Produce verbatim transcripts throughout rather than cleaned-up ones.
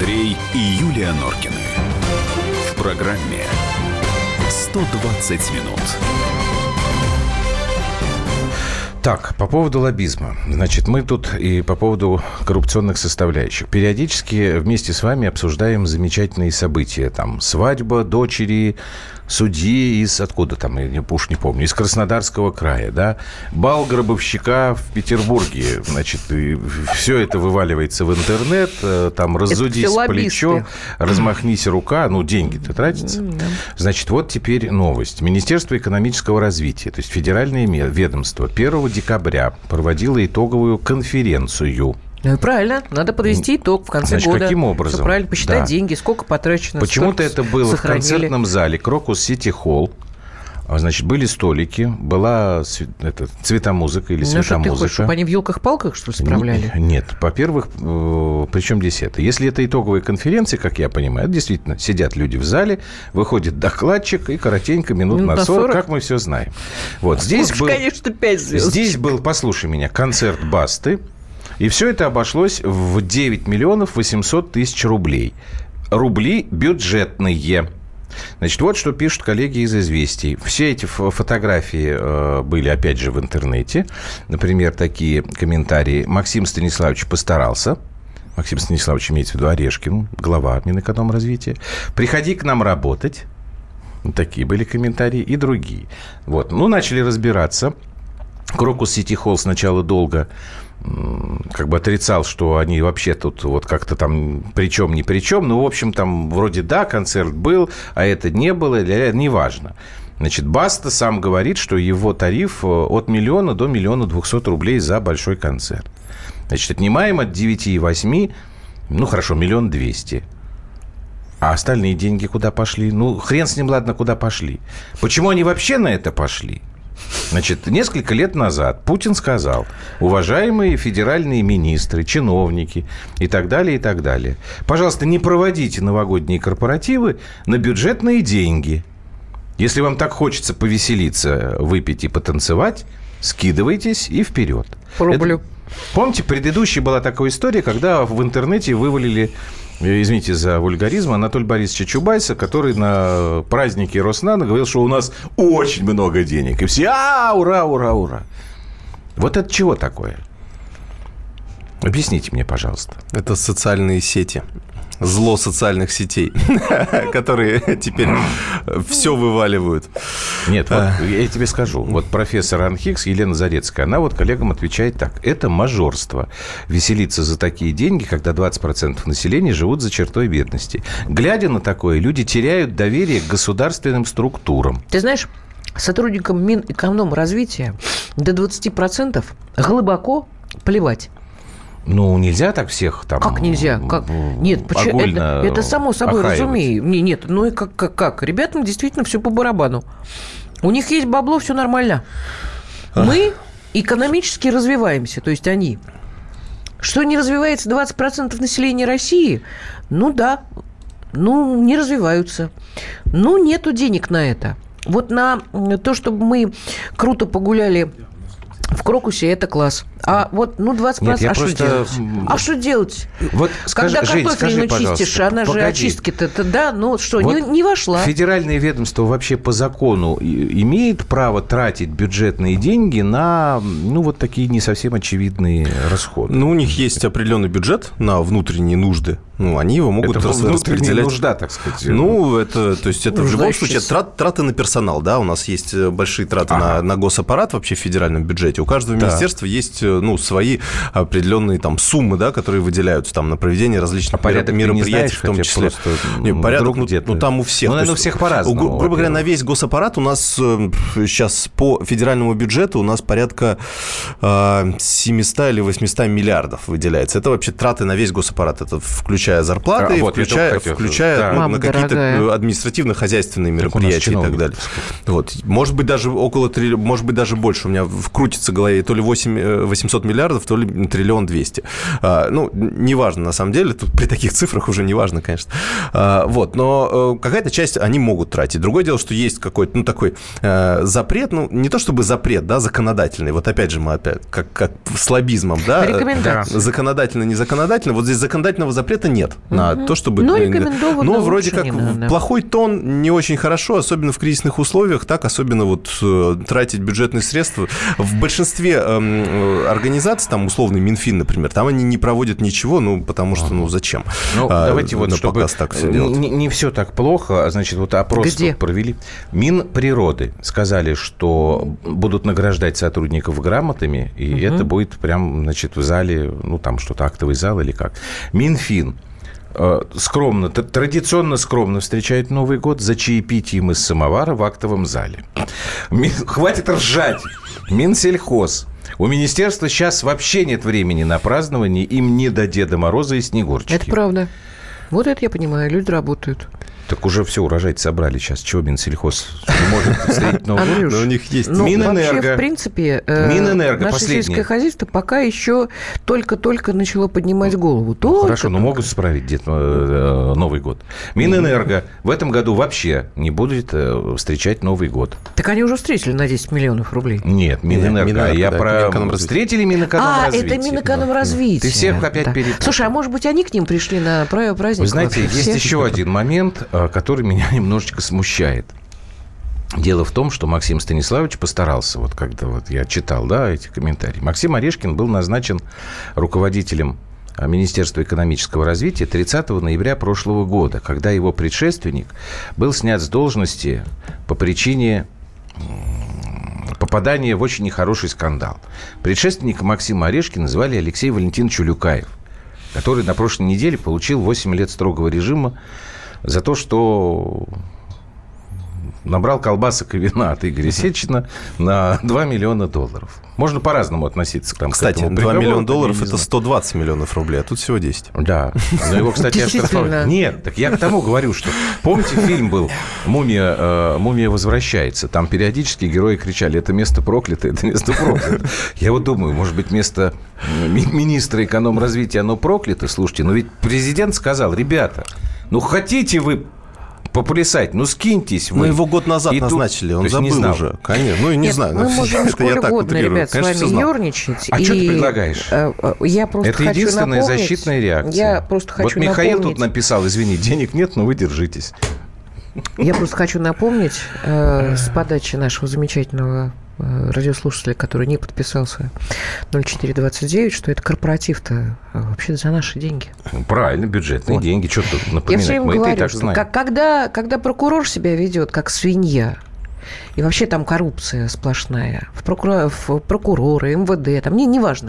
Андрей и Юлия Норкины. В программе сто двадцать минут. Так, по поводу лоббизма. Значит, мы тут и по поводу коррупционных составляющих. Периодически вместе с вами обсуждаем замечательные события. Там свадьба дочери судьи из... Откуда там, я уж не помню, из Краснодарского края, да? Бал гробовщика в Петербурге. Значит, и все это вываливается в интернет. Там разудись плечо, размахнись рука. Ну, деньги-то тратятся. Mm-hmm. Значит, вот теперь новость. Министерство экономического развития, то есть федеральное ведомство, первого декабря проводило итоговую конференцию. Ну и правильно, надо подвести итог в конце Значит, года. Каким образом? Все правильно, посчитать да. деньги, сколько потрачено. Почему-то это было сохранили. В концертном зале Крокус Сити Холл. Значит, были столики, была это, цветомузыка или ну, светомузыка. Ну, что ты хочешь, чтобы они в елках-палках, что ли, справляли? Нет, во-первых, причем здесь это? Если это итоговая конференция, как я понимаю, действительно, сидят люди в зале, выходит докладчик и коротенько, минут, минут на сорок, как мы все знаем. Вот, здесь Уж, был, конечно, пять звезд. Здесь был, послушай меня, концерт Басты, и все это обошлось в девять миллионов восемьсот тысяч рублей. Рубли бюджетные. Значит, вот что пишут коллеги из «Известий». Все эти фотографии э, были, опять же, в интернете. Например, такие комментарии. Максим Станиславович постарался. Максим Станиславович имеется в виду Орешкин, глава Минэкономразвития. Приходи к нам работать. Вот такие были комментарии и другие. Вот. Ну, начали разбираться. Крокус Сити Холл сначала долго как бы отрицал, что они вообще тут вот как-то там при чем, не при чем. Ну, в общем, там вроде да, концерт был, а это не было, неважно. Значит, Баста сам говорит, что его тариф от миллиона до миллиона двухсот рублей за большой концерт. Значит, отнимаем от девяти и восьми, ну, хорошо, миллион двести. А остальные деньги куда пошли? Ну, хрен с ним, ладно, куда пошли. Почему они вообще на это пошли? Значит, несколько лет назад Путин сказал: уважаемые федеральные министры, чиновники и так далее, и так далее, пожалуйста, не проводите новогодние корпоративы на бюджетные деньги. Если вам так хочется повеселиться, выпить и потанцевать, скидывайтесь и вперед. Рублю. Помните, предыдущая была такая история, когда в интернете вывалили, извините за вульгаризм, Анатолия Борисовича Чубайса, который на празднике Роснано говорил, что у нас очень много денег. И все, а, ура, ура, ура. Вот это чего такое? Объясните мне, пожалуйста. Это социальные сети. Зло социальных сетей, которые теперь все вываливают. Нет, вот я тебе скажу. Вот профессор Анхикс, Елена Зарецкая, она вот коллегам отвечает так. Это мажорство. Веселиться за такие деньги, когда двадцать процентов населения живут за чертой бедности. Глядя на такое, люди теряют доверие к государственным структурам. Ты знаешь, сотрудникам Минэкономразвития до двадцати процентов глубоко плевать. Ну, нельзя так всех там... Как нельзя? Как? Нет, почему? Это, это само собой разумею. Нет, ну и как, как, как? Ребятам действительно все по барабану. У них есть бабло, все нормально. Мы экономически развиваемся, то есть они. Что не развивается двадцать процентов населения России? Ну да, ну не развиваются. Ну нету денег на это. Вот на то, чтобы мы круто погуляли в Крокусе, это класс. А вот, ну, двадцать процентов, Нет, а просто... что делать? А что делать? Вот скажи, когда Жень, картофелину скажи, чистишь, она погоди. же очистки-то, да, ну что, вот не, не вошла. Федеральное ведомство вообще по закону имеет право тратить бюджетные деньги на, ну, вот такие не совсем очевидные расходы? Ну, у них есть определенный бюджет на внутренние нужды. Ну, они его могут это распределять. нужда, так сказать. Ну, это, то есть, это в любом случае трат, траты на персонал, да, у нас есть большие траты ага. на, на госаппарат вообще в федеральном бюджете. У каждого да. министерства есть, ну, свои определенные там суммы, да, которые выделяются там на проведение различных а мероприятий, знаешь, в том числе. Не, порядок, ну, ну, там у всех. Ну, наверное, у всех по-разному. Гру- грубо говоря, на весь госаппарат у нас э, сейчас по федеральному бюджету у нас порядка э, семьсот или восемьсот миллиардов выделяется. Это вообще траты на весь госаппарат. Это включая зарплаты, а, вот, включая, включая да. ну, на какие-то дорогая. административно-хозяйственные мероприятия и так далее. Вот. Может быть, даже около, может быть, даже больше. У меня крутится в голове было то ли восемьсот миллиардов, то ли триллион двести. Ну, неважно, на самом деле, тут при таких цифрах уже неважно, конечно. Вот, но какая-то часть они могут тратить. Другое дело, что есть какой-то, ну, такой запрет, ну, не то чтобы запрет, да, законодательный, вот опять же мы опять, как, как слабизмом, да, рекомендация. Законодательно, не законодательно, вот здесь законодательного запрета нет угу. на то, чтобы... Но рекомендовано. Но вроде как плохой тон не очень хорошо, особенно в кризисных условиях, так, особенно вот тратить бюджетные средства. В большинстве э, организаций, там, условный Минфин, например, там они не проводят ничего, ну, потому что, ну, зачем? Ну, а, давайте вот, чтобы так все делать. Не, не все так плохо, значит, вот опрос провели. Минприроды сказали, что будут награждать сотрудников грамотами, и угу. это будет прям, значит, в зале, ну, там что-то, актовый зал или как. Минфин скромно, традиционно скромно встречает Новый год за чаепитием из самовара в актовом зале. Хватит ржать. Минсельхоз. У министерства сейчас вообще нет времени на празднование, им не до Деда Мороза и Снегурочки. Это правда. Вот это я понимаю, люди работают. Так уже все, урожай собрали сейчас. Чего Минсельхоз не может встретить Новый год? Но у них есть. Ну, Минэнерго. Вообще, в принципе, Минэнерго, наше последнее. сельское хозяйство пока еще только-только начало поднимать голову. Только, Хорошо, но могут справить дед, э, Новый год. Минэнерго в этом году вообще не будет э, встречать Новый год. Так они уже встретили на десять миллионов рублей. Нет, Минэнерго. Минэнерго я да, про... Минэкономразвитие. Встретили Минэкономразвитие. А, это Минэкономразвитие. Ты всех опять да. перепутал. Слушай, а может быть, они к ним пришли на праздник? Вы знаете, есть всех? еще один момент, который меня немножечко смущает. Дело в том, что Максим Станиславович постарался, вот когда вот я читал, да, эти комментарии. Максим Орешкин был назначен руководителем Министерства экономического развития тридцатого ноября прошлого года, когда его предшественник был снят с должности по причине попадания в очень нехороший скандал. Предшественника Максима Орешкина звали Алексей Валентинович Улюкаев, который на прошлой неделе получил восемь лет строгого режима за то, что набрал колбасок и вина от Игоря Сечина на два миллиона долларов. Можно по-разному относиться к, там, кстати, к этому два миллиона долларов – это сто двадцать миллионов рублей, а тут всего десять. Да. Но его, кстати, оштрафовали. Нет, так я к тому говорю, что... Помните, фильм был «Мумия, э, «Мумия возвращается». Там периодически герои кричали: это место проклято, это место проклято. Я вот думаю, может быть, место ми- министра экономразвития, оно проклято? Слушайте, но ведь президент сказал: ребята, ну хотите вы поплясать, ну скиньтесь вы. Мы его год назад и назначили, тут... он забыл уже. Конечно, ну и не Нет, знаю. Мы можем сколь угодно, ребят, с вами ерничать. А и... что ты предлагаешь? Я просто Это хочу единственная напомнить, защитная реакция. Я просто хочу вот Михаил напомнить... тут написал: извини, денег нет, но вы держитесь. Я просто хочу напомнить э, с подачи нашего замечательного э, радиослушателя, который не подписался, ноль четыре двадцать девять, что это корпоратив-то вообще за наши деньги. Правильно, бюджетные вот. деньги. Что тут напоминать? Я все время Мы говорю, это и так что знаем. Как, когда, когда прокурор себя ведет как свинья, и вообще там коррупция сплошная, в, прокур... в прокуроры, эм вэ дэ, там не, не важно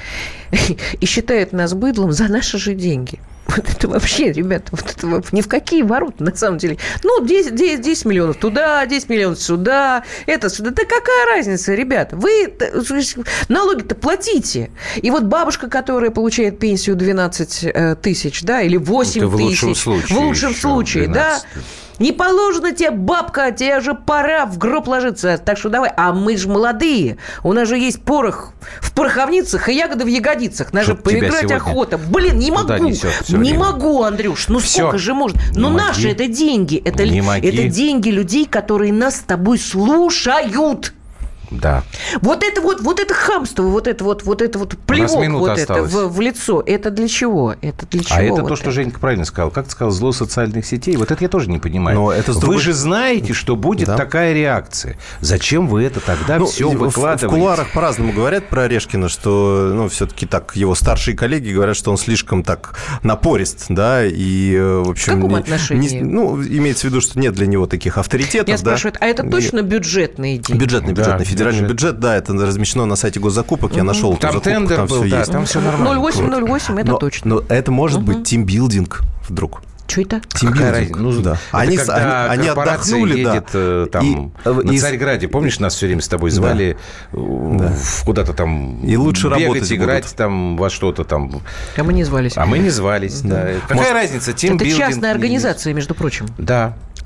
где, и считает нас быдлом за наши же деньги. Вот это вообще, ребята, вот это ни в какие ворота, на самом деле. Ну, десять, десять, десять миллионов туда, десять миллионов сюда, это сюда. Да какая разница, ребята? Вы налоги-то платите. И вот бабушка, которая получает пенсию двенадцать тысяч, да, или восемь в тысяч. Лучшем случае в лучшем случае, да. Не положено тебе, бабка, тебе же пора в гроб ложиться. Так что давай. А мы же молодые. У нас же есть порох в пороховницах и ягоды в ягодицах. Нас же поиграть охота. Блин, не могу. Не время. могу, Андрюш. Ну все. Сколько же можно? Но не наши моги. Это деньги. Это, это деньги людей, которые нас с тобой слушают. Да. Вот это вот, вот это хамство, вот это вот, вот это вот плевок вот это в, в лицо. Это для чего? Это для чего? А это вот то, это? что Женька правильно сказал. Как ты сказал, зло социальных сетей. Вот это я тоже не понимаю. Но это вы же знаете, что будет да. такая реакция. Зачем вы это тогда ну, все выкладываете? В, в кулуарах по-разному говорят про Орешкина, что, ну, все-таки так его старшие коллеги говорят, что он слишком так напорист, да, и, в общем... В каком отношении? Не, ну, имеется в виду, что нет для него таких авторитетов. Я да? спрашиваю, а это точно бюджетные деньги? Бюджетный, бюджетный, да, федеральный бюджет. бюджет, да, это размещено на сайте госзакупок, угу. я нашел там закупку, тендер там был, все да, есть. там все нормально. ноль восемь ноль восемь, это но, точно. Но это может угу. быть тимбилдинг вдруг. Что это? Тимбилдинг. Ну, да. Они, они, они отдохнули, едет, да. Там, и, на и, Царьграде, помнишь, нас все время с тобой звали да. в, куда-то там и лучше бегать, играть будут. Там во что-то там. А мы не звались. А мы не звались, да. да. Какая Может, разница? Тимбилдинг. Это частная организация, между прочим. Да.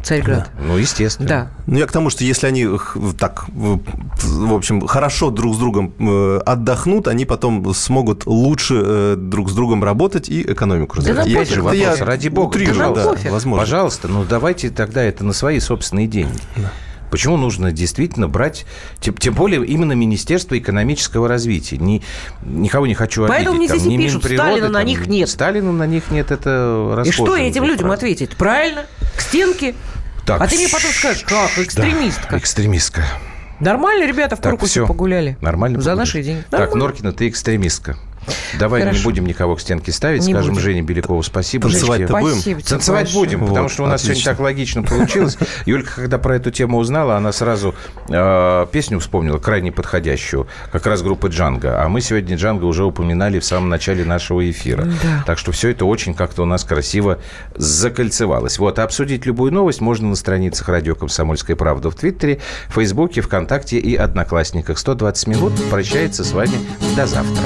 Царьград. Да. Ну, естественно. Да. Ну, я к тому, что если они так, в общем, хорошо друг с другом отдохнут, они потом смогут лучше друг с другом работать и экономику развивать. Да, опять же вопрос, я ради бога, утрирую, да, возможно. Пожалуйста, ну давайте тогда это на свои собственные деньги. Да. Почему нужно действительно брать, тем, тем более именно Министерство экономического развития? Ни, никого не хочу обидеть. Поэтому мне здесь и пишут, Сталина на них нет. Сталина на них нет, это расхожее. И что этим людям ответить? Правильно, к стенке. Так, а ты мне потом скажешь, как, экстремистка. Да, экстремистка. Нормально, ребята в Куркусе погуляли. Нормально. За наши деньги. Так, Нормально. Норкина, ты экстремистка. Давай Хорошо. Не будем никого к стенке ставить, не скажем будем. Жене Белякову спасибо. Танцевать-то будем? Спасибо, Танцевать будем, вот, потому что у нас отлично. Сегодня так логично получилось. Юлька, когда про эту тему узнала, она сразу э, песню вспомнила, крайне подходящую, как раз группы Джанго. А мы сегодня Джанго уже упоминали в самом начале нашего эфира. Да. Так что все это очень как-то у нас красиво закольцевалось. Вот, а обсудить любую новость можно на страницах радио «Комсомольская правда» в Твиттере, Фейсбуке, ВКонтакте и Одноклассниках. сто двадцать минут прощается с вами до завтра.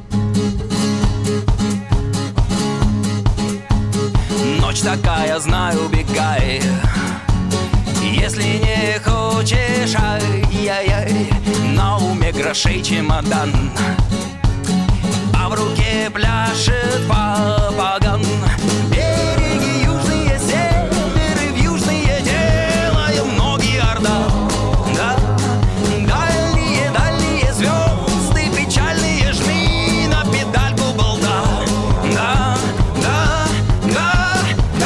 Ночь такая, знаю, убегай. Если не хочешь, ай-яй-яй, на уме грошей чемодан, а в руке пляшет попаган. Береги южные, северы в южные, делаем ноги орда. Да, дальние, дальние звезды, печальные, жми на педальку болта. Да, да, да.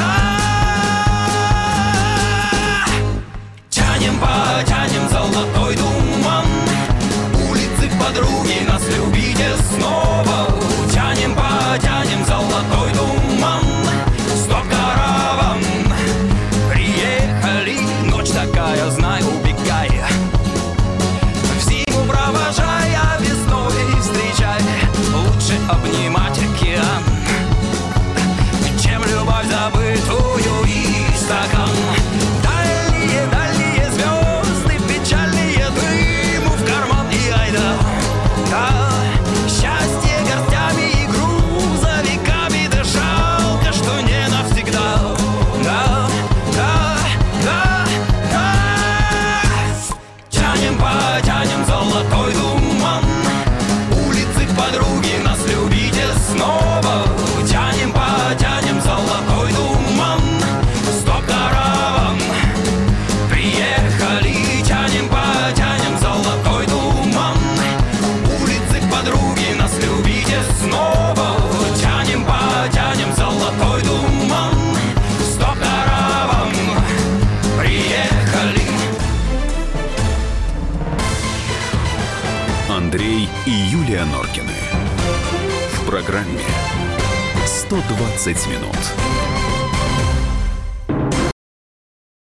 Потянем золотой туман, улицы подруги, нас любите снова. Тянем, потянем золотой туман, стоп, караван. Приехали, ночь такая, знай, убегай. В зиму провожай, а весной встречай. Лучше обнимать океан, чем любовь забытую и стакан. Андрей и Юлия Норкины. В программе сто двадцать минут.